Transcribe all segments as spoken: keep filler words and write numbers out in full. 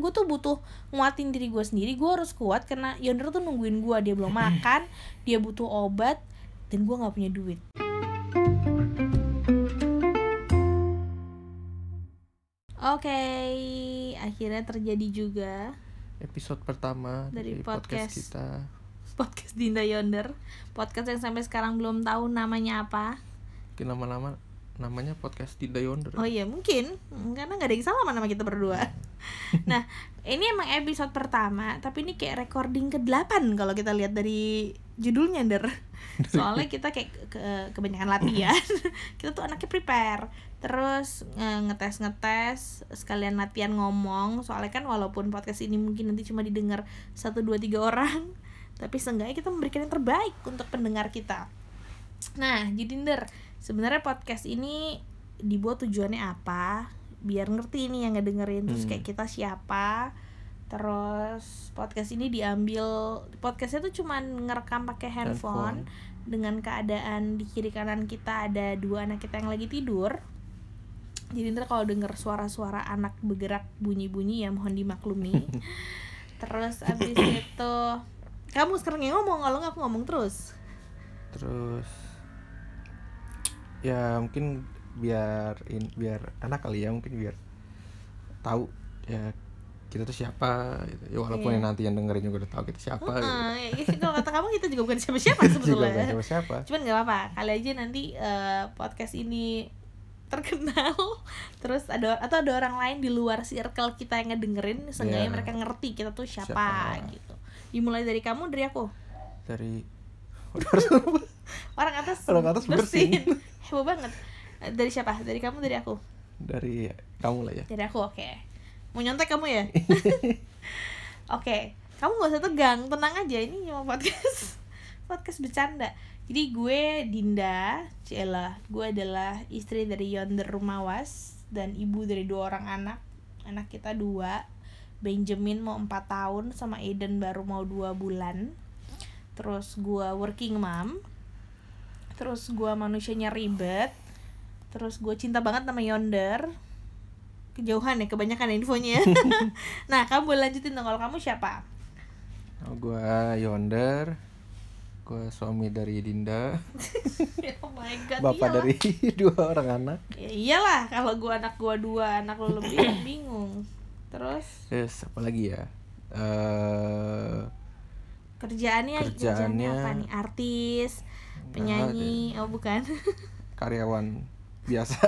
gue tuh butuh nguatin diri gue sendiri. Gue harus kuat karena Yonder tuh nungguin gue, dia belum makan, dia butuh obat, dan gue nggak punya duit. Oke, okay, akhirnya terjadi juga episode pertama dari, dari podcast, podcast kita, podcast Dinda Yonder, podcast yang sampai sekarang belum tahu namanya apa. Mungkin lama-lama namanya podcast Dinda Yonder. Oh iya mungkin, karena nggak ada yang salah sama nama kita berdua. Nah ini emang episode pertama, tapi ini kayak recording ke delapan kalau kita lihat dari judulnya Der. Soalnya kita kayak ke, kebanyakan latihan. Kita tuh anaknya prepare, terus ngetes ngetes sekalian latihan ngomong. Soalnya kan walaupun podcast ini mungkin nanti cuma didengar satu dua tiga orang, tapi seenggaknya kita memberikan yang terbaik untuk pendengar kita. Nah jadi Der, sebenarnya podcast ini dibuat tujuannya apa? Biar ngerti nih yang ngedengerin, terus kayak kita siapa. Terus podcast ini diambil, podcastnya tuh cuman ngerekam pakai handphone, handphone dengan keadaan di kiri kanan kita ada dua anak kita yang lagi tidur. Jadi ntar kalau denger suara-suara anak bergerak bunyi-bunyi ya mohon dimaklumi. Terus abis itu kamu sekarang yang ngomong, kalau nggak aku ngomong terus. Terus ya mungkin biar in, biar anak kali ya, mungkin biar tahu ya kita tuh siapa gitu. Ya walaupun yeah. yang nanti yang dengerin juga udah tahu kita siapa. Uh-uh, gitu. Ya, kalau kata kamu kita juga bukan siapa-siapa sebetulnya. Bukan siapa-siapa. Cuman nggak apa-apa, kali aja nanti uh, podcast ini terkenal, terus ada atau ada orang lain di luar circle kita yang ngedengerin, seenggaknya yeah. mereka ngerti kita tuh siapa, siapa gitu. Dimulai dari kamu, dari aku. Dari orang atas. Orang atas bersin. Heboh banget. Dari siapa? Dari kamu, dari aku? Dari kamu lah ya. Dari aku, oke. Okay. Mau nyontek kamu ya? Oke, okay. Kamu gak usah tegang, tenang aja, ini cuma podcast podcast bercanda. Jadi gue Dinda, Ciela, gue adalah istri dari Yonder Rumawas dan ibu dari dua orang anak. Anak kita dua, Benjamin mau empat tahun sama Eden baru mau dua bulan. Terus gue working mom. Terus gue manusianya ribet. Terus gue cinta banget sama Yonder. Kejauhan ya, kebanyakan infonya. Nah, kamu boleh lanjutin dong, kalau kamu siapa? Oh, gue Yonder. Gue suami dari Dinda. Oh my god, bapak iyalah. Dari dua orang anak. Ya iyalah, kalau gue anak gue dua, anak lo lebih bingung. Terus? Terus apa lagi ya? Uh, kerjaannya, kerjaannya kerjaannya apa nih? Artis, penyanyi, oh bukan? Karyawan biasa.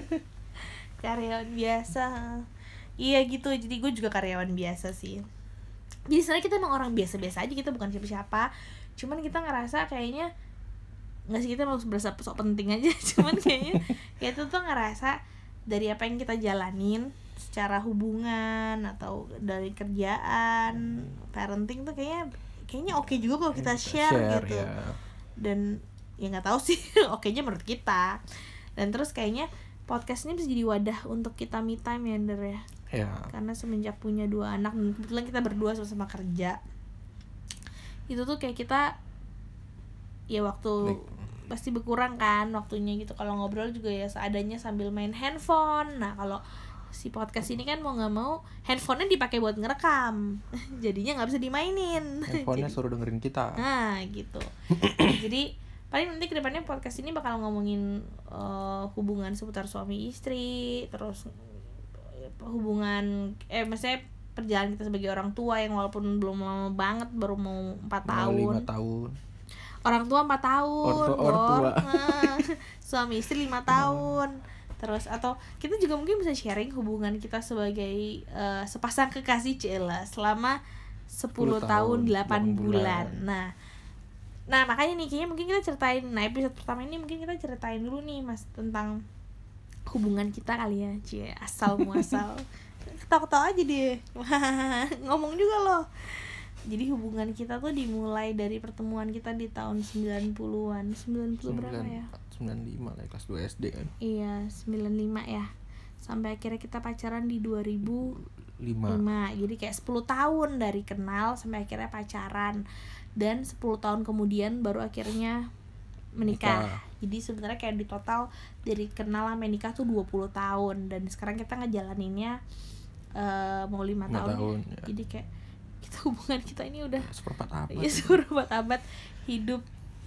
Karyawan biasa. Iya gitu, jadi gue juga karyawan biasa sih. Jadi sebenarnya kita emang orang biasa-biasa aja, kita bukan siapa-siapa. Cuman kita ngerasa kayaknya nggak sih, kita mau berasa sok penting aja. Cuman kayaknya kita tuh ngerasa dari apa yang kita jalanin secara hubungan atau dari kerjaan, parenting tuh kayaknya kayaknya oke okay juga kalau kita share, share gitu. Ya. Dan ya nggak tahu sih, oke-nya menurut kita. Dan terus kayaknya podcast ini bisa jadi wadah untuk kita me time ya, Der ya. Ya. Karena semenjak punya dua anak, dan kebetulan kita berdua sama-sama kerja, itu tuh kayak kita ya waktu Nek. pasti berkurang kan waktunya gitu. Kalau ngobrol juga ya seadanya sambil main handphone. Nah kalau si podcast ini kan mau nggak mau handphonenya dipakai buat ngerekam, jadinya nggak bisa dimainin. Handphonenya suruh dengerin kita. Nah gitu. Jadi paling nanti kedepannya podcast ini bakal ngomongin uh, hubungan seputar suami istri, terus hubungan eh maksudnya perjalanan kita sebagai orang tua yang walaupun belum lama banget, baru mau empat tahun. lima tahun. Orang tua empat tahun. Orang tua, orang tua. Nah, suami istri lima tahun. Terus atau kita juga mungkin bisa sharing hubungan kita sebagai uh, sepasang kekasih Cela selama sepuluh tahun delapan bulan. Nah, Nah makanya nih kayaknya mungkin kita ceritain, nah episode pertama ini mungkin kita ceritain dulu nih Mas tentang hubungan kita kali ya. Cie, asal muasal ketawa-ketawa aja deh. Ngomong juga loh. Jadi hubungan kita tuh dimulai dari pertemuan kita di tahun sembilan puluhan. sembilan puluh berapa ya? sembilan puluh lima lah, kelas dua S D kan. Iya, sembilan puluh lima ya. Sampai akhirnya kita pacaran di dua ribu lima. Jadi kayak sepuluh tahun dari kenal sampai akhirnya pacaran. Dan sepuluh tahun kemudian baru akhirnya menikah. Nikah. Jadi sebenarnya kayak di total dari kenal sampai nikah tuh dua puluh tahun. Dan sekarang kita ngejalaninnya uh, mau lima tahun, tahun ya. Ya. Jadi kayak kita hubungan kita ini udah ya, seperempat abad ya seperempat abad hidup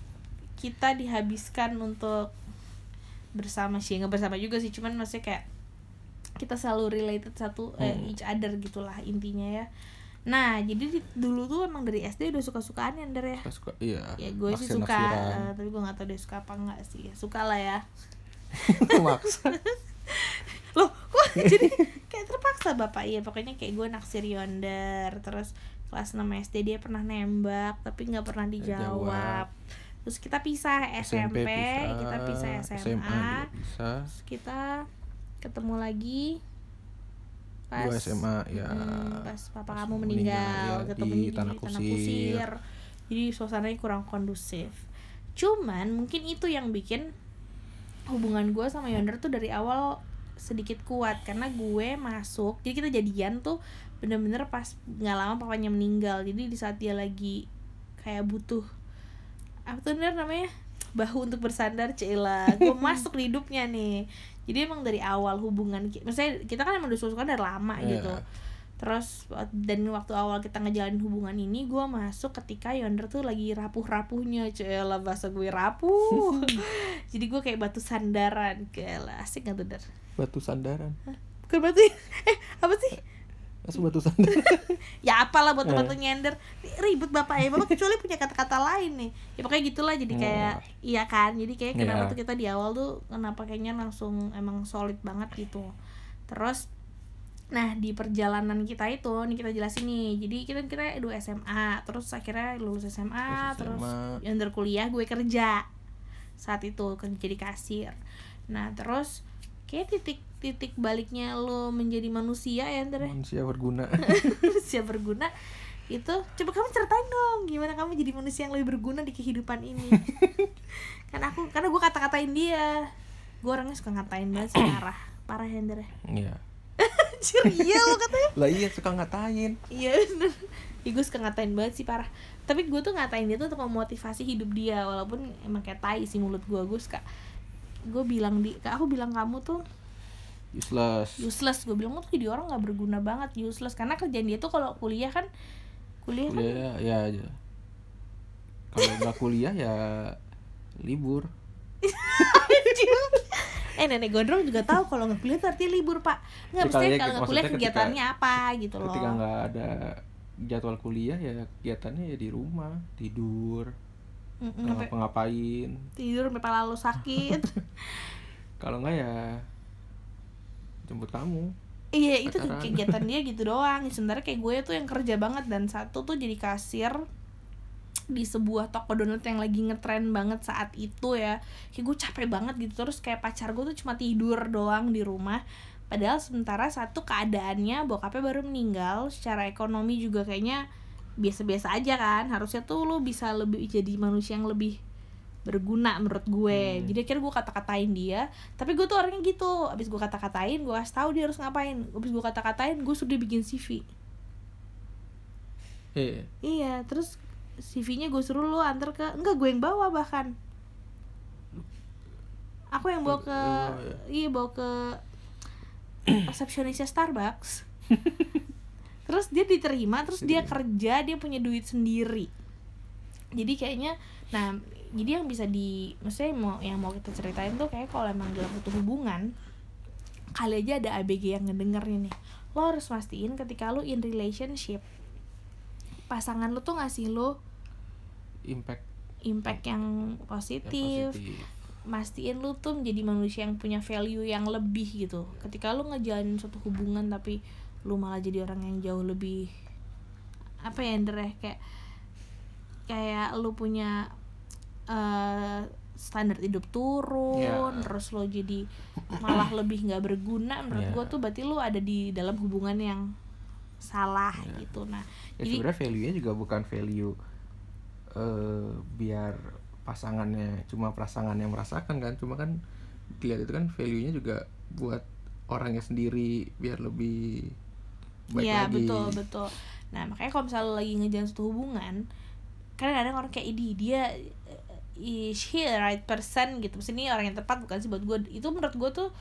kita dihabiskan untuk bersama sih, nggak bersama juga sih, cuman maksudnya kayak kita selalu related satu hmm. eh, each other gitulah intinya ya. Nah jadi di, dulu tuh emang dari S D udah suka-sukaan ya Nder ya. Suka, iya. Ya gue sih suka, uh, tapi gue nggak tahu dia suka apa enggak sih. Ya, suka lah ya. Maksa. Loh, kok jadi kayak terpaksa bapak. Iya pokoknya kayak gue naksir Yonder. Terus kelas enam S D dia pernah nembak tapi nggak pernah dijawab. Terus kita pisah S M P, S M P pisah, kita pisah S M A, S M A pisah. Terus kita ketemu lagi pas gua S M A ya hmm, pas papa pas kamu meninggal, meninggal ya, ketemu di, di tanah kusir. tanah kusir jadi suasananya kurang kondusif. Cuman mungkin itu yang bikin hubungan gue sama Yonder tuh dari awal sedikit kuat karena gue masuk, jadi kita jadian tuh bener-bener pas nggak lama papanya meninggal. Jadi di saat dia lagi kayak butuh apa tuh Nder namanya bahu untuk bersandar, cila gue masuk di hidupnya nih. Jadi emang dari awal hubungan maksudnya kita kan emang udah suka dari lama yeah. gitu. Terus dan waktu awal kita ngejalanin hubungan ini gue masuk ketika Yonder tuh lagi rapuh-rapuhnya, cila bahasa gue rapuh. Jadi gue kayak batu sandaran, kayak asik nggak tuh Nder? Batu sandaran? Hah? Bukan batu eh apa sih? Masuk batu sandaran. Ya apalah buat batu nyender ribut bapak ya, bapak kecuali punya kata-kata lain nih ya pokoknya gitulah. Jadi kayak oh. iya kan, jadi kayak kenapa yeah. tuh kita di awal tuh kenapa kayaknya langsung emang solid banget gitu. Terus nah di perjalanan kita itu nih kita jelasin nih, jadi kita kita dua S M A terus akhirnya lulus S M A, S M A. Terus Yonder kuliah, gue kerja saat itu kerja jadi kasir. Nah terus kayak titik titik baliknya lo menjadi manusia ya Nder. Manusia berguna. Manusia berguna itu coba kamu ceritain dong gimana kamu jadi manusia yang lebih berguna di kehidupan ini. Kan aku karena gue kata-katain dia, gue orangnya suka ngatain banget sih, parah parah ya Nder. Iya. Iya lo katanya. Lah iya suka ngatain. Iya bener. Ya, gue suka ngatain banget sih parah. Tapi gue tuh ngatain dia tuh untuk memotivasi hidup dia, walaupun emang kayak tai sih mulut gue. Gue suka gue bilang di aku bilang kamu tuh useless useless gue bilang tuh jadi orang nggak berguna banget, useless. Karena kerjaan dia tuh kalau kuliah kan kuliah, kuliah kan ya aja kalau nggak kuliah ya libur. eh nenek gondrong juga tahu kalau nggak kuliah tuh artinya libur pak. Nggak maksudnya kalau nggak kuliah kegiatannya ketika, apa gitu loh. Ketika nggak ada jadwal kuliah ya kegiatannya ya di rumah tidur, nggak ngapa-ngapain, tidur sampai pala lo sakit. Kalau nggak ya jemput kamu. Iya itu kegiatan dia gitu doang. Sebenarnya kayak gue tuh yang kerja banget, dan satu tuh jadi kasir di sebuah toko donat yang lagi ngetren banget saat itu ya. Kayak gue capek banget gitu. Terus kayak pacar gue tuh cuma tidur doang di rumah. Padahal sementara satu keadaannya bokapnya baru meninggal, secara ekonomi juga kayaknya biasa-biasa aja kan. Harusnya tuh lo bisa lebih jadi manusia yang lebih berguna menurut gue. hmm. Jadi akhirnya gue kata-katain dia, tapi gue tuh orangnya gitu, abis gue kata-katain gue kasih tahu dia harus ngapain. Abis gue kata-katain gue sudah bikin C V. yeah. Iya terus C V-nya gue suruh lo antar ke, enggak gue yang bawa, bahkan aku yang bawa ke oh, iya. iya bawa ke resepsionisnya Starbucks. Terus dia diterima, terus dia kerja, dia punya duit sendiri. Jadi kayaknya nah jadi yang bisa di, maksudnya mau yang mau kita ceritain tuh kayak kalau emang dalam satu hubungan, kali aja ada A B G yang ngedengerin nih, lo harus mastiin ketika lo in relationship, pasangan lo tuh ngasih lo impact impact yang positif, yang positif. Mastiin lo tuh menjadi manusia yang punya value yang lebih gitu. Ketika lo ngejalanin suatu hubungan tapi lo malah jadi orang yang jauh lebih apa ya Nder, kayak kayak lo punya Uh, standar hidup turun, yeah. terus lo jadi malah lebih nggak berguna menurut yeah. gue tuh berarti lo ada di dalam hubungan yang salah yeah. gitu. Nah ya, jadi sebenarnya value-nya juga bukan value uh, biar pasangannya cuma pasangan yang merasakan kan, cuma kan dilihat itu kan value-nya juga buat orangnya sendiri biar lebih baik yeah, lagi. Betul betul. Nah makanya kalau misalnya lo lagi ngejalan satu hubungan, kadang-kadang orang kayak ini dia is he the right person gitu, maksudnya ini orang yang tepat bukan sih buat gue. Itu menurut gue tuh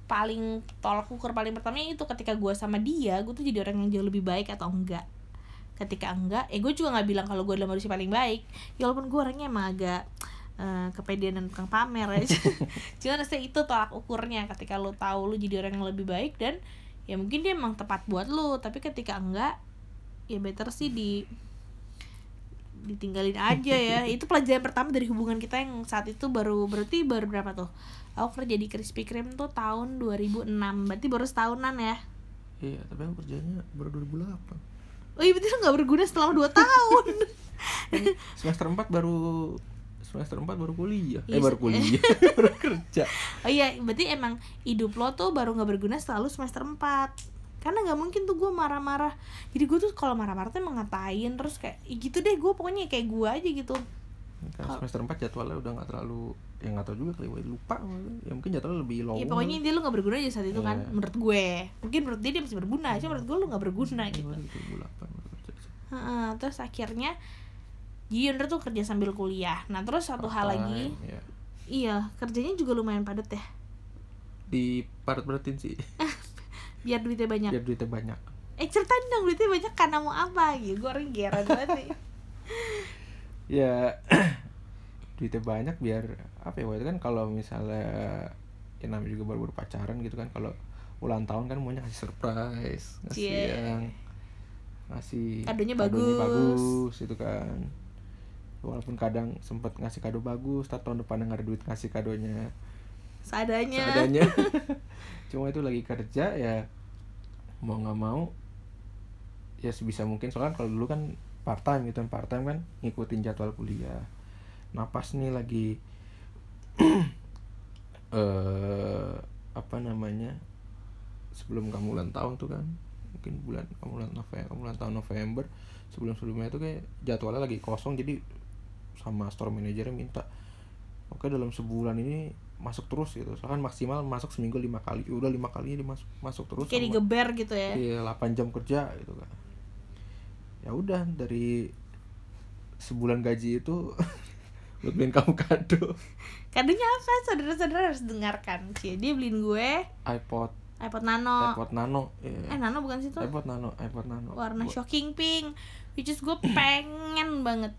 paling tolak ukur paling pertamanya itu ketika gue sama dia gue tuh jadi orang yang jauh lebih baik atau enggak. Ketika enggak, eh gue juga nggak bilang kalau gue adalah manusia paling baik, ya walaupun gue orangnya emang agak uh, kepedean dan tukang pamer ya. Cuman rasanya itu tolak ukurnya ketika lo tahu lo jadi orang yang lebih baik dan ya mungkin dia emang tepat buat lo, tapi ketika enggak ya better sih di ditinggalin aja ya. Itu pelajaran pertama dari hubungan kita yang saat itu baru berarti baru berapa tuh? Aku kerja di Krispy Kreme tuh tahun dua ribu enam, berarti baru setahunan ya. Iya, tapi aku kerjanya baru dua ribu delapan. Oh iya, berarti lo gak berguna selama dua tahun. Semester empat baru semester empat baru kuliah. Iya, Eh baru kuliah, baru kerja. Oh iya, berarti emang hidup lo tuh baru gak berguna setelah lo semester empat. Karena nggak mungkin tuh gue marah-marah. Jadi gue tuh kalau marah-marah tuh emang ngatain terus kayak gitu deh, gue pokoknya kayak gue aja gitu. Kan semester empat jadwalnya udah nggak terlalu, yang nggak tahu juga kali, lupa ya, mungkin jadwalnya lebih long. Ya pokoknya dia lu nggak berguna aja saat itu yeah. kan menurut gue. Mungkin menurut dia dia masih berguna, cuma menurut gue lu nggak berguna gitu. dua ribu delapan Heeh, terus akhirnya Yonder tuh kerja sambil kuliah. Nah terus satu hal lagi, yeah. iya kerjanya juga lumayan padat ya. Di padat-padatin sih. Biar duitnya banyak. Biar duitnya banyak. Eh ceritain dong duitnya banyak karena mau apa gitu. Gue orang geran banget nih. Ya duitnya banyak biar apa ya, itu kan kalau misalnya ya namanya juga baru berpacaran gitu kan, kalau ulang tahun kan maunya ngasih surprise, ngasih yeah. yang ngasih kadonya, kadonya bagus. bagus itu kan. Walaupun kadang sempet ngasih kado bagus, tapi tahun depan nggak ada duit ngasih kadonya seadanya. seadanya. Cuma itu lagi kerja ya mau nggak mau ya sebisa mungkin, soalnya kalau dulu kan part time gitu kan, part time kan ngikutin jadwal kuliah. Nah pas nih lagi uh, apa namanya sebelum kamu ulang tahun tuh kan, mungkin bulan kamu ulang November, kamu ulang tahun November, sebelum sebelumnya itu kayak jadwalnya lagi kosong, jadi sama store manajernya minta oke dalam sebulan ini masuk terus gitu, soalnya kan maksimal masuk seminggu lima kali, udah lima kalinya dimasuk masuk terus kayak digeber gitu ya. Iya delapan jam kerja gitu kan. Ya udah dari sebulan gaji itu buat beliin kamu kado. Kadonya apa? Saudara-saudara harus dengarkan. Cie, dia beliin gue iPod iPod Nano. iPod Nano. Yeah. Eh Nano bukan sih tuh? iPod Nano, iPod Nano. Warna Buat. shocking pink. Which is gue pengen banget.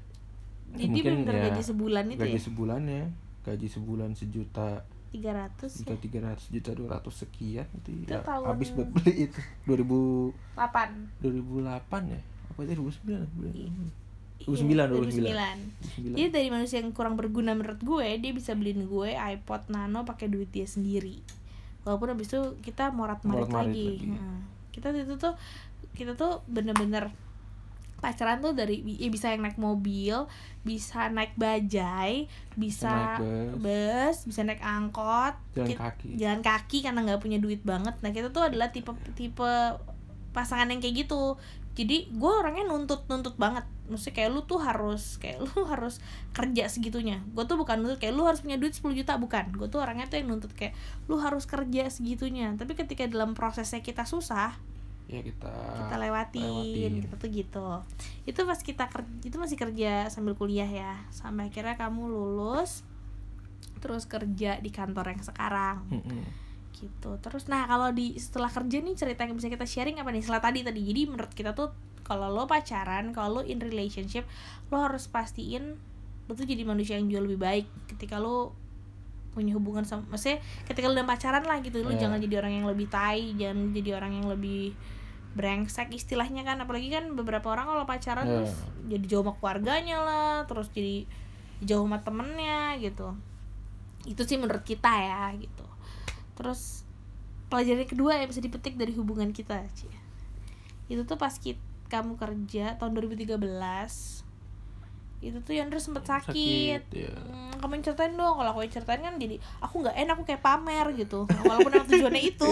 Jadi ya, bener ya, gaji sebulan itu gaji ya? sebulan ya. Gaji sebulan sejuta tiga ratus juta tiga ratus juta dua ratus sekian itu, itu ya, tahun habis buat beli itu dua ribu delapan dua ribu delapan ya apa itu dua ribu sembilan dua ribu sembilan dua ribu sembilan Jadi dari manusia yang kurang berguna menurut gue, dia bisa beliin gue iPod Nano pakai duit dia sendiri, walaupun abis itu kita morat-marit lagi, lagi. Nah, kita itu tuh kita tuh bener-bener pacaran tuh dari ya bisa yang naik mobil, bisa naik bajai, bisa naik bus. bus, bisa naik angkot, jalan kita, kaki, jalan kaki karena nggak punya duit banget. Nah kita tuh adalah tipe tipe pasangan yang kayak gitu. Jadi gue orangnya nuntut nuntut banget, maksudnya kayak lu tuh harus kayak lu harus kerja segitunya. Gue tuh bukan nuntut kayak lu harus punya duit sepuluh juta, bukan. Gue tuh orangnya tuh yang nuntut kayak lu harus kerja segitunya. Tapi ketika dalam prosesnya kita susah, ya kita kita lewatin, lewatin. Kita tuh gitu. Itu pas kita kerja, itu masih kerja sambil kuliah ya, sampai akhirnya kamu lulus terus kerja di kantor yang sekarang. Mm-hmm. Gitu. Terus nah kalau di setelah kerja nih cerita yang bisa kita sharing apa nih setelah tadi tadi. Jadi menurut kita tuh kalau lo pacaran, kalau lo in relationship, lo harus pastiin lo tuh jadi manusia yang jauh lebih baik ketika lo punya hubungan sama, maksudnya ketika lo udah pacaran lah gitu, lo yeah. jangan jadi orang yang lebih tai, jangan jadi orang yang lebih brengsek istilahnya kan, apalagi kan beberapa orang kalau pacaran yeah. terus jadi jauh sama keluarganya lah, terus jadi jauh sama temennya gitu. Itu sih menurut kita ya gitu. Terus pelajaran kedua yang bisa dipetik dari hubungan kita, Cie, itu tuh pas kita, kamu kerja tahun dua ribu tiga belas itu tuh Yonder sempet sakit, sakit ya. hmm, kamu ceritain dong. Kalau aku ceritain kan jadi aku nggak enak, aku kayak pamer gitu, walaupun emang tujuannya itu.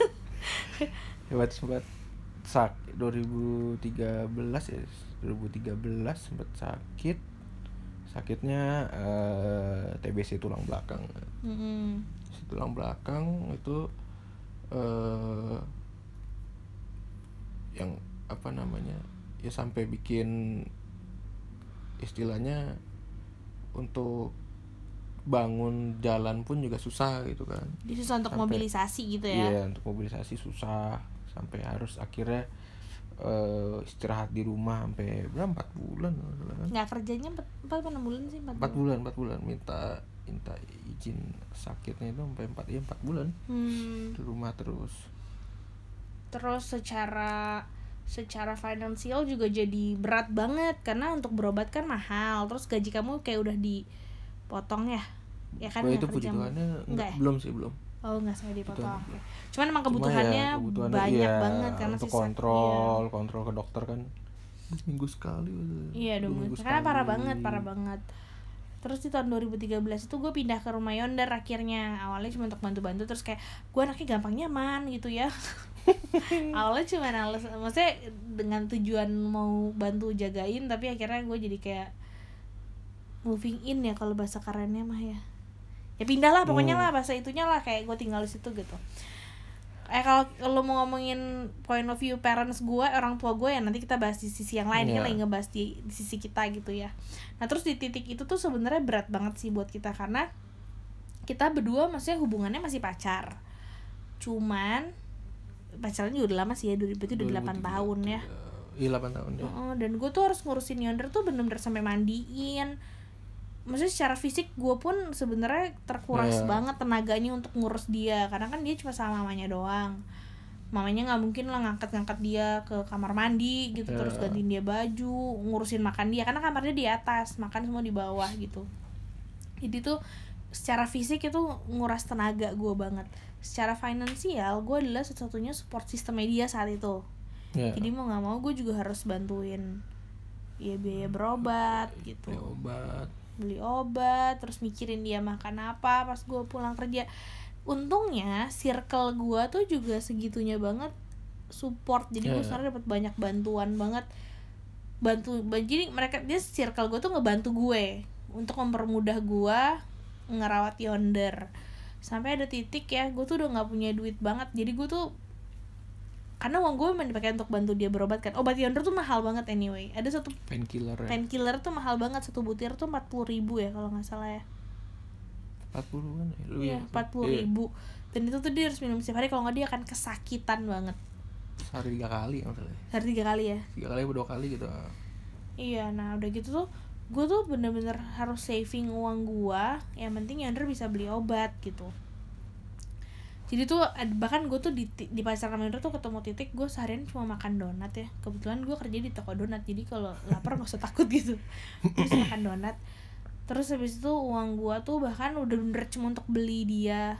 Hebat sempat sakit dua ribu tiga belas ya, dua ribu tiga belas sempat sakit, sakitnya uh, T B C tulang belakang. Mm-hmm. Tulang belakang itu uh, yang apa namanya ya sampai bikin istilahnya untuk bangun jalan pun juga susah gitu kan. Jadi susah untuk Sampai- mobilisasi gitu ya. Iya, untuk mobilisasi susah, sampai harus akhirnya eh, istirahat di rumah sampai berapa empat bulan kan? Nggak kerjanya empat empat apa enam bulan sih? Empat Empat bulan, empat bulan minta minta izin sakitnya itu sampai empat ya empat bulan Hmm. di rumah terus. Terus secara secara finansial juga jadi berat banget karena untuk berobat kan mahal. Terus gaji kamu kayak udah dipotong ya, ya kan? Wah, nggak itu puji kerja. Tuhannya Enggak enggak, ya? belum sih belum. Oh nggak saya dipotong. Betul. Oke. Cuman emang Cuma kebutuhannya, ya, kebutuhannya banyak iya, banget karena untuk sisa- kontrol kontrol ke dokter kan seminggu sekali. Iya dong, Dua minggu karena parah sekali. banget, parah banget. Terus di tahun dua ribu tiga belas itu gue pindah ke rumah Yonder akhirnya. Awalnya cuma untuk bantu-bantu, terus kayak gue anaknya gampang nyaman gitu ya. Awalnya cuma nales, maksudnya dengan tujuan mau bantu jagain, tapi akhirnya gue jadi kayak moving in ya kalau bahasa kerennya mah ya. Ya pindah lah pokoknya Hmm. lah, bahasa itunya lah, kayak gue tinggal di situ gitu. Eh kalau lo mau ngomongin point of view parents gue, orang tua gue ya, nanti kita bahas di sisi yang lain. Ini Iya. lagi ngebahas di, di sisi kita gitu ya. Nah terus di titik itu tuh sebenarnya berat banget sih buat kita, karena kita berdua maksudnya hubungannya masih pacar. Cuman pacaran juga udah lama sih ya, dua ribu itu udah delapan tahun ya. Iya delapan tahun ya. Oh, dan gue tuh harus ngurusin Yonder tuh bener-bener sampai mandiin. Maksudnya secara fisik gue pun sebenarnya terkuras Iya. banget tenaganya untuk ngurus dia, karena kan dia cuma sama mamanya doang. Mamanya nggak mungkin lah ngangkat-ngangkat dia ke kamar mandi gitu, Iya. terus gantiin dia baju, ngurusin makan dia, karena kamarnya di atas, makan semua di bawah gitu. Jadi tuh secara fisik itu nguras tenaga gue banget. Secara finansial gue adalah satu-satunya support system dia saat itu. Iya. Jadi mau nggak mau gue juga harus bantuin ya biaya berobat gitu, Beli obat. beli obat, terus mikirin dia makan apa pas gue pulang kerja. Untungnya circle gue tuh juga segitunya banget support, jadi gue Yeah. sekarang dapat banyak bantuan banget, bantu jadi mereka dia circle gue tuh ngebantu gue untuk mempermudah gue ngerawat Yonder. Sampai ada titik ya gue tuh udah nggak punya duit banget, jadi gue tuh karena uang gue memang dipakai untuk bantu dia berobat kan. Obat Yonder tuh mahal banget anyway. Ada satu Painkiller ya. painkiller tuh mahal banget, satu butir tuh empat puluh ribu ya kalau nggak salah ya. empat puluh kan ya? Lu Iya ya? empat puluh Iya. ribu. Dan itu tuh dia harus minum setiap hari, kalau nggak dia akan kesakitan banget. Sehari tiga kali maksudnya. Hari tiga kali ya. Tiga kali atau dua kali gitu. Iya, nah udah gitu tuh gue tuh bener-bener harus saving uang gue. Yang penting Yonder bisa beli obat gitu. Jadi tuh ad- bahkan gue tuh di di pasar Yonder tuh ketemu titik gue seharian cuma makan donat ya. Kebetulan gue kerja di toko donat, jadi kalau lapar nggak usah takut gitu. Terus makan donat. Terus habis itu uang gue tuh bahkan udah bener cuma untuk beli dia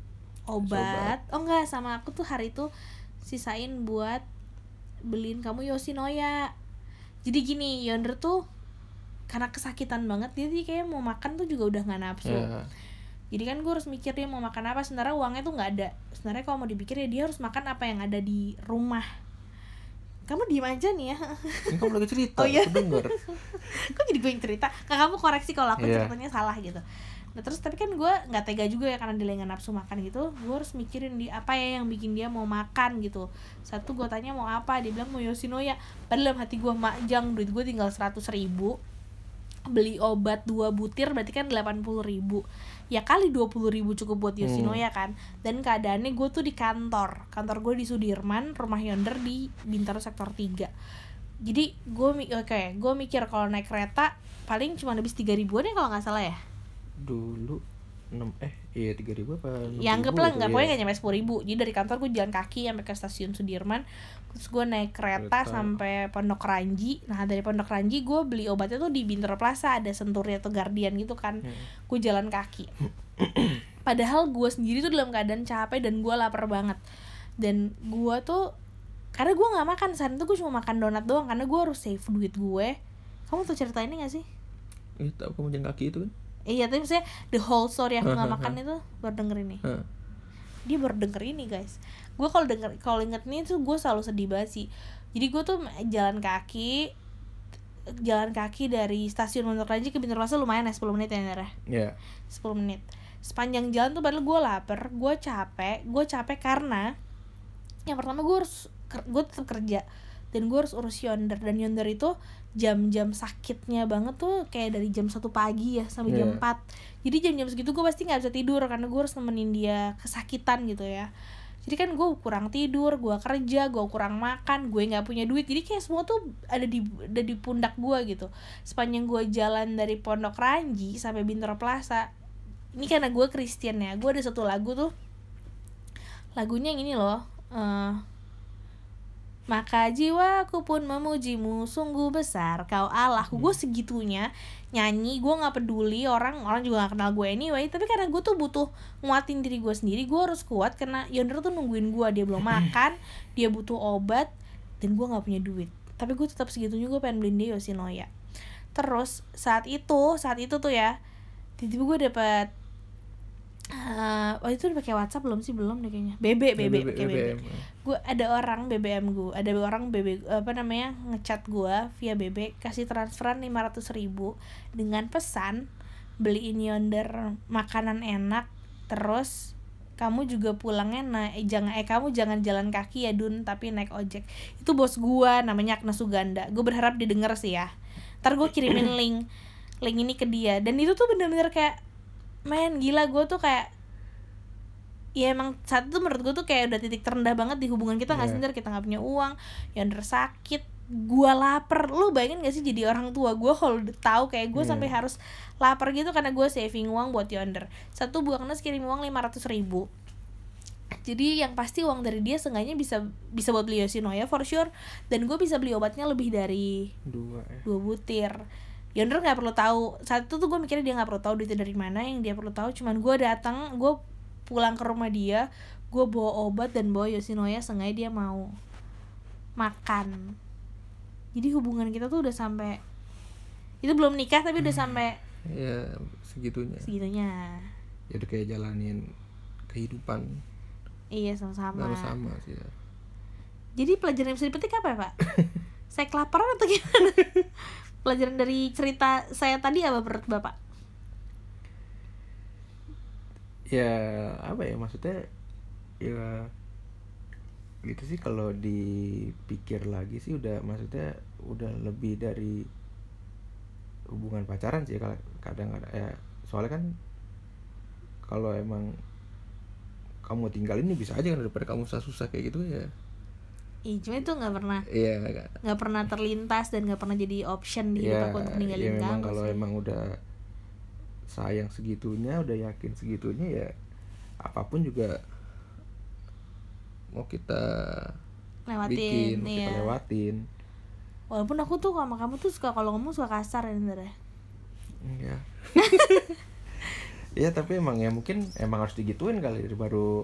obat. Oh enggak, sama aku tuh hari itu sisain buat beliin kamu Yoshinoya. Jadi gini, Yonder tuh karena kesakitan banget, jadi kayak mau makan tuh juga udah nggak nafsu. Ya. Jadi kan gue harus mikir dia mau makan apa, sebenarnya uangnya tuh nggak ada. Sebenarnya kalau mau dipikir ya dia harus makan apa yang ada di rumah. Kamu diem aja nih ya. Ini kamu lagi cerita, Oh, iya. aku denger. Kok jadi gue yang cerita? Kak, kamu koreksi kalau aku Iya. ceritanya salah gitu. Nah terus tapi kan gue nggak tega juga ya, karena dia lagi nggak nafsu makan gitu. Gue harus mikirin di apa ya yang bikin dia mau makan gitu. Satu gue tanya mau apa, dia bilang mau Yoshinoya. Padahal dalam hati gue majang, duit gue tinggal seratus ribu. Beli obat dua butir berarti kan delapan puluh ribu. Ya kali dua puluh ribu cukup buat Yoshinoya kan. Dan keadaannya gue tuh di kantor. Kantor gue di Sudirman, rumah Yonder di Bintaro sektor tiga. Jadi gue oke, okay, gue mikir kalau naik kereta paling cuma habis tiga ribuan ya kalau nggak salah ya. Dulu enam eh iya tiga ribu apa enam Ya anggap ribu lah gitu, nggak, ya. pokoknya nggak nyampe sepuluh ribu. Jadi dari kantor gue jalan kaki sampai ke stasiun Sudirman, terus gue naik kereta, Kereta. sampai Pondok Ranji. Nah dari Pondok Ranji gue beli obatnya tuh di Bintaro Plaza, ada Century atau Guardian gitu kan. Hmm. Gue jalan kaki. Padahal gue sendiri tuh dalam keadaan capek dan gue lapar banget. Dan gue tuh karena gue nggak makan saat itu, gue cuma makan donat doang karena gue harus save duit gue. Kamu tuh cerita ini nggak sih? Eh, tahu kamu jalan kaki itu kan? Iya, tapi maksudnya the whole story aku nggak makan itu baru denger ini. Hah. Dia baru denger ini guys. Gue kalau denger kalau inget ini tuh gue selalu sedih banget sih. Jadi gue tuh jalan kaki, jalan kaki dari stasiun Pondok Ranji ke Bintaro Plaza lumayan ya, sepuluh menit ya Nera. Ya. sepuluh menit. Sepanjang jalan tuh padahal gue lapar, gue capek, gue capek karena yang pertama gue harus gue tetap kerja. dan gue harus urus yonder, dan yonder itu jam-jam sakitnya banget tuh kayak dari jam satu pagi ya sampai jam Iya. empat. Jadi jam-jam segitu gue pasti nggak bisa tidur karena gue harus nemenin dia kesakitan gitu ya. Jadi kan gue kurang tidur, gue kerja, gue kurang makan, gue nggak punya duit. Jadi kayak semua tuh ada di ada di pundak gue gitu. Sepanjang gue jalan dari Pondok Ranji sampai Bintaro Plaza. Ini karena gue Kristen ya, gue ada satu lagu tuh, lagunya yang ini loh, uh, maka jiwaku pun memujimu, sungguh besar kau Allah. Hmm. Gue segitunya nyanyi, gue nggak peduli orang orang juga nggak kenal gue anyway. Tapi karena gue tuh butuh nguatin diri gue sendiri, gue harus kuat karena yonder tuh nungguin gue, dia belum makan, dia butuh obat, dan gue nggak punya duit. Tapi gue tetap segitunya gue pengen beliin dia Yoshinoya. Terus saat itu saat itu tuh ya, tiba-tiba gue dapet Uh, oh itu udah pakai WhatsApp belum sih? Belum deh kayaknya. B B B B pakai B B. Gue ada orang B B M gue, ada orang B B apa namanya ngechat gue via B B, kasih transferan lima ratus ribu dengan pesan beliin yonder makanan enak, terus kamu juga pulangnya naik eh, jangan eh kamu jangan jalan kaki ya Dun, tapi naik ojek. Itu bos gue namanya Agnes Suganda. Gue berharap didengar sih ya. Ntar gue kirimin link link ini ke dia, dan itu tuh bener-bener kayak men gila. Gue tuh kayak ya emang saat itu menurut gue tuh kayak udah titik terendah banget di hubungan kita nggak yeah. sih, kita nggak punya uang, yonder sakit, gue lapar. Lu bayangin gak sih jadi orang tua gue kalau udah tahu kayak gue yeah. sampai harus lapar gitu karena gue saving uang buat yonder. Satu Bu Agnes kirim uang lima ratus ribu, jadi yang pasti uang dari dia seenggaknya bisa bisa buat beli Yoshinoya for sure, dan gue bisa beli obatnya lebih dari dua ya. dua butir. Yonder nggak perlu tahu saat itu tuh, gue mikirnya dia nggak perlu tahu duitnya dari mana. Yang dia perlu tahu cuman gue datang, gue pulang ke rumah dia, gue bawa obat dan bawa Yoshinoya, seenggaknya dia mau makan. Jadi hubungan kita tuh udah sampai, itu belum nikah tapi udah sampai ya segitunya segitunya ya udah kayak jalanin kehidupan. Iya sama-sama sama sih ya. Jadi pelajaran yang bisa dipetik apa ya Pak? Saya kelaparan atau gimana? Pelajaran dari cerita saya tadi apa menurut Bapak? Ya apa ya, maksudnya ya gitu sih, kalau dipikir lagi sih udah, maksudnya udah lebih dari hubungan pacaran sih kadang-kadang ya. Soalnya kan kalau emang kamu tinggalin ini bisa aja kan, daripada kamu susah-susah kayak gitu ya. Iya, cuma itu nggak pernah, iya nggak pernah terlintas dan nggak pernah jadi option di hidup ya, aku untuk ninggalin ya memang kamu kalau sih. emang udah sayang segitunya, udah yakin segitunya ya, apapun juga mau kita Lewatin, bikin, mau iya. kita lewatin. Walaupun aku tuh sama kamu tuh suka kalau ngomong suka kasar ya sebenarnya. Iya. Ya tapi emang ya mungkin emang harus digituin kali, baru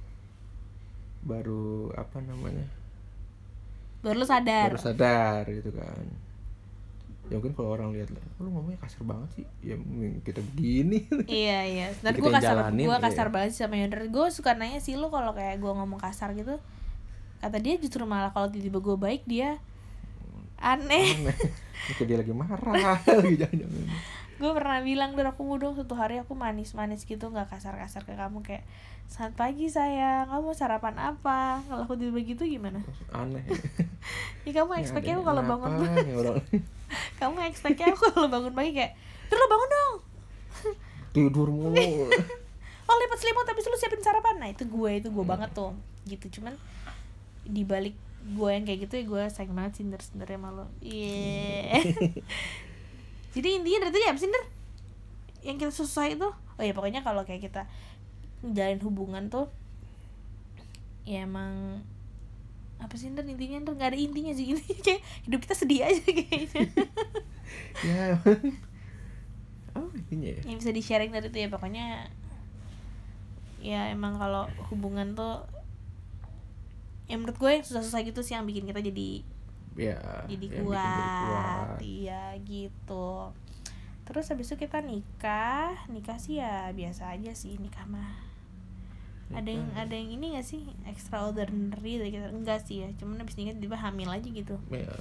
baru apa namanya? Baru lu sadar. Baru sadar gitu kan. Ya mungkin kalau orang lihat, lu ngomongnya kasar banget sih. Ya kita begini. Iya iya. Dan gue kasar, gue kasar iya. banget sih sama Yonder. Gue suka nanya sih lu kalau kayak gue ngomong kasar gitu. Kata dia justru malah kalau tiba-tiba gue baik dia aneh. Aneh. Mungkin dia lagi marah lagi jangan-jangan. Gue pernah bilang, "Dur aku mau dong satu hari aku manis-manis gitu, nggak kasar-kasar ke kamu, kayak selamat pagi sayang, kamu sarapan apa?" Kalau aku tiba gitu gimana? Aneh. Ya kamu expect-nya aku kalau bangun kamu expect-nya aku kalau bangun pagi kayak, "Dur lo bangun dong." Tidur mulu. Oh lipat selimut tapi lu siapin sarapan. Nah itu gue, itu gue hmm. banget tuh gitu. Cuman dibalik gue yang kayak gitu ya, gue sayang banget sih sebenarnya malu. Iya. Yeah. Jadi intinya dari tadi apa sih Der? Yang kita susah itu? Oh ya pokoknya kalau kayak kita menjalin hubungan tuh ya emang apa sih Der intinya? Der nggak ada intinya sih, ini kayak hidup kita sedih aja kayaknya. Ya. Oh intinya ya? Yang bisa di sharing dari itu ya pokoknya ya emang kalau hubungan tuh ya menurut gue yang susah-susah gitu sih yang bikin kita jadi ya, jadi kuat, iya gitu. Terus habis itu kita nikah, nikah sih ya biasa aja sih nikah mah. Ada yang ada yang ini nggak sih extraordinary dari kita? Enggak sih ya, cuman habis nikah tiba hamil aja gitu. Ya.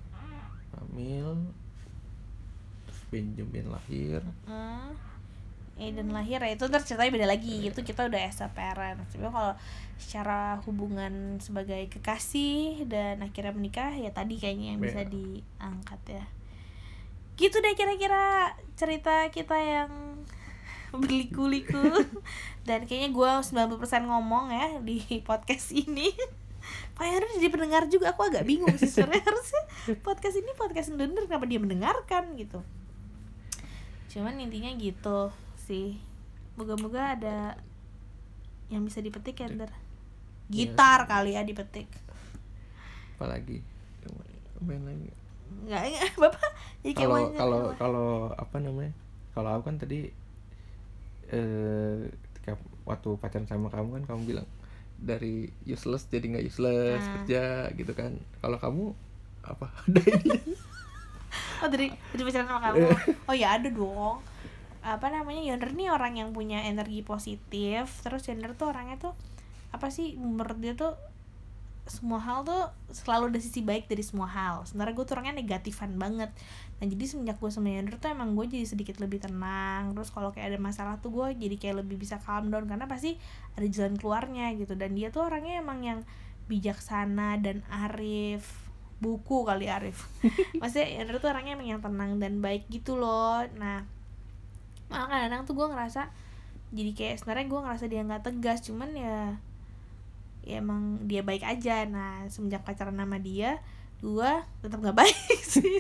Hamil, terus pinjemin lahir. Uh, Aiden lahir ya itu ntar ceritanya beda lagi, itu kita udah as a parent. Cuma kalau secara hubungan sebagai kekasih dan akhirnya menikah ya tadi kayaknya yang bisa Yeah. diangkat ya. Gitu deh kira-kira cerita kita yang berliku-liku. Dan kayaknya gue sembilan puluh persen ngomong ya di podcast ini. Pak Hendra jadi pendengar juga, aku agak bingung sih sebenarnya. Harusnya podcast ini podcast Dunder, kenapa dia mendengarkan gitu. Cuman intinya gitu sih. Moga-moga ada yang bisa dipetik ya Ender. Gitar kali ya dipetik. Apalagi main lagi. Enggak, enggak Bapak. Jadi kayak Kalau banyak kalau apa. kalau apa namanya? Kalau aku kan tadi eh ketika waktu pacaran sama kamu kan kamu bilang dari useless jadi nggak useless Nah. kerja gitu kan. Kalau kamu apa? Ada ini? Oh dari dari pacaran sama kamu. Oh ya ada dong. Apa namanya, Yonder nih orang yang punya energi positif. Terus Yonder tuh orangnya tuh apa sih, menurut dia tuh semua hal tuh selalu ada sisi baik dari semua hal. Sebenarnya gue tuh orangnya negatifan banget. Nah jadi semenjak gue sama Yonder tuh emang gue jadi sedikit lebih tenang. Terus kalau kayak ada masalah tuh gue jadi kayak lebih bisa calm down, karena pasti ada jalan keluarnya gitu. Dan dia tuh orangnya emang yang bijaksana dan arif. Buku kali arif. Maksudnya Yonder tuh orangnya emang yang tenang dan baik gitu loh. Nah malah kadang-kadang tuh gue ngerasa jadi kayak sebenarnya gue ngerasa dia nggak tegas, cuman ya ya emang dia baik aja. Nah semenjak pacaran sama dia gue tetap nggak baik sih.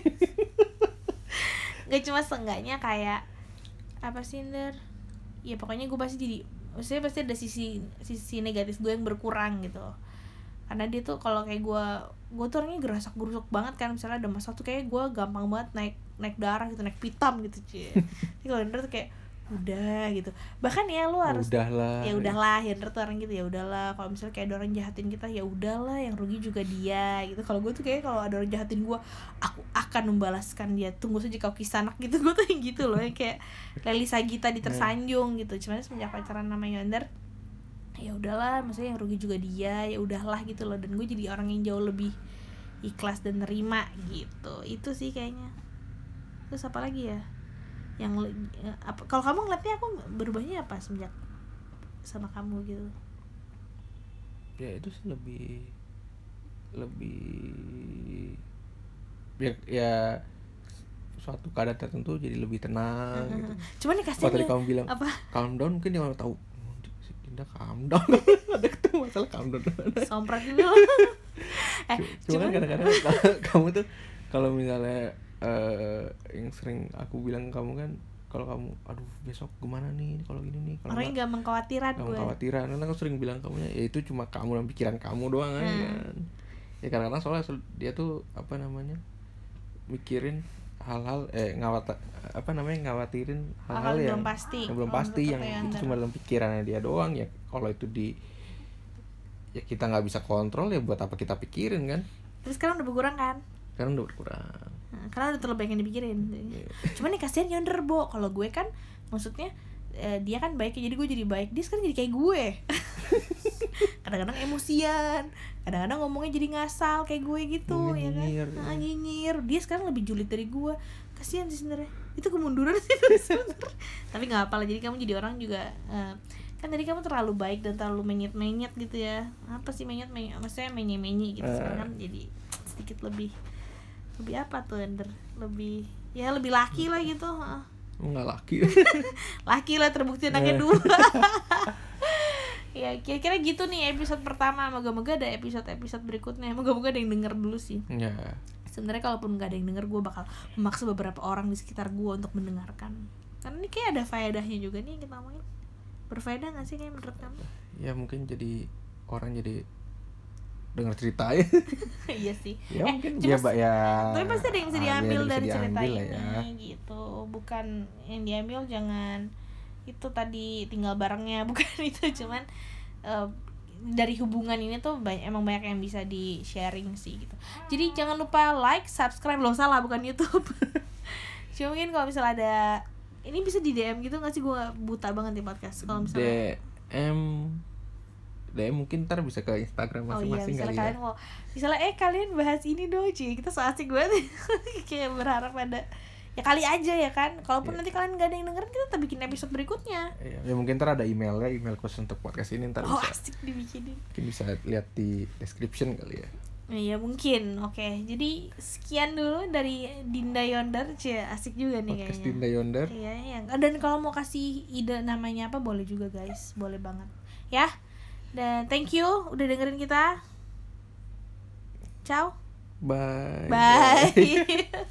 Gak cuma seenggaknya kayak apa sih Nder, ya pokoknya gue pasti jadi, maksudnya pasti ada sisi sisi negatif gue yang berkurang gitu. Karena dia tuh kalau kayak gue gue tuh orangnya gerasak gerusuk banget kan, misalnya ada masalah tuh kayak gue gampang banget naik naik darah gitu, naik pitam gitu cie. Tapi kalau Hendra tuh kayak udah gitu, bahkan ya lu harus Udahlah. ya udahlah, Hendra tuh orang gitu, ya udahlah. Kalau misalnya kayak ada orang jahatin kita ya udahlah, yang rugi juga dia gitu. Kalau gue tuh kayak kalau ada orang jahatin gue, aku akan membalaskan dia, tunggu saja kau kisanak gitu. Gue tuh yang gitu loh, yang kayak Leli Sagita di Tersanjung gitu. Cuman semenjak pacaran sama Yonder ya udahlah, maksudnya yang rugi juga dia, ya udahlah gitu loh. Dan gue jadi orang yang jauh lebih ikhlas dan nerima gitu. Itu sih kayaknya. Terus apa lagi ya yang apa, kalau kamu ngeliatnya aku berubahnya apa semenjak sama kamu gitu? Ya itu sih lebih lebih ya, ya suatu keadaan tertentu jadi lebih tenang Uh-huh. gitu. Cuman nih Kalau tadi kasihan kamu bilang apa calm down, mungkin dia mau tahu oh, si Dinda calm down. Ada ketemu masalah calm down. sompret dulu. eh Cuma cuman kan kadang-kadang kamu tuh kalau misalnya uh, yang sering aku bilang ke kamu kan, kalau kamu aduh besok gimana nih kalau gini nih, kalau orangnya gak mengkhawatiran kamu gue. khawatiran, karena aku sering bilang kamunya ya itu cuma kamu dan pikiran kamu doang aja Hmm. kan. Ya kadang-kadang soalnya dia tuh apa namanya mikirin hal-hal eh ngawat apa namanya ngawatirin hal-hal Hal-hal yang belum pasti. yang belum Oh, pasti, betul yang kayak itu Anda. cuma dalam pikirannya dia doang. Ya kalau itu di ya kita nggak bisa kontrol, ya buat apa kita pikirin kan. Terus sekarang udah berkurang kan? Sekarang udah berkurang. Nah, karena udah terlalu banyak yang dipikirin. Iya. Cuman nih kasihan Yonder Bo, kalau gue kan maksudnya eh, dia kan baik, jadi gue jadi baik, dia sekarang jadi kayak gue. Kadang-kadang emosian, kadang-kadang ngomongnya jadi ngasal kayak gue gitu. Nyinyir. Ya kan, nah, nyinyir. Dia sekarang lebih julid dari gue. Kasihan sih sebenarnya, itu kemunduran sih sebenarnya. Tapi nggak apa lah, jadi kamu jadi orang juga eh, kan tadi kamu terlalu baik dan terlalu menyet-menyet gitu ya. Apa sih menyet-menyet, maksudnya menye-menye gitu. Sekarang kan jadi sedikit lebih lebih apa tuh Ender, lebih ya lebih laki lah gitu. Heeh. Nggak laki. Laki lah, terbukti anaknya dua. Ya kira-kira gitu nih episode pertama. Moga-moga ada episode-episode berikutnya. Moga-moga ada yang denger dulu sih. Ya. Sebenarnya kalaupun nggak ada yang denger, gue bakal memaksa beberapa orang di sekitar gue untuk mendengarkan. Karena ini kayak ada faedahnya juga nih yang kita omongin. Berfaedah nggak sih kayak menurut kamu? Ya mungkin jadi orang jadi dengar cerita ya. Iya sih. Ya eh, mungkin cuma ya mbak ya. tapi pasti ada yang bisa Ah, diambil bisa dari cerita diambil ini lah ya. gitu. Bukan yang diambil jangan itu tadi tinggal barengnya, bukan itu. Cuman uh, dari hubungan ini tuh banyak, emang banyak yang bisa di sharing sih gitu. Jadi jangan lupa like, subscribe. Loh salah, bukan YouTube. Cuma mungkin kalau misalnya ada ini bisa di D M gitu nggak sih? Gue buta banget di podcast kalau misalnya D M D M mungkin ntar bisa ke Instagram oh iya, masing-masing misalnya kali kalian ya. mau, misalnya eh kalian bahas ini dong, Ci, kita so asik banget. Kayak berharap ada ya kali aja ya kan. Kalaupun Iya. nanti kalian gak ada yang dengerin, kita bikin episode berikutnya. Ya, ya mungkin ntar ada emailnya, email khusus untuk podcast ini ntar Oh bisa asik dibikinin. mungkin bisa lihat di description kali ya. Iya mungkin. Oke, jadi sekian dulu dari Dinda Yonder. Cie, asik juga nih Podcast kayaknya. Dinda Yonder. Iya, iya. Dan kalau mau kasih ide namanya apa boleh juga guys, boleh banget. Ya. Dan thank you udah dengerin kita. Ciao. Bye. Bye.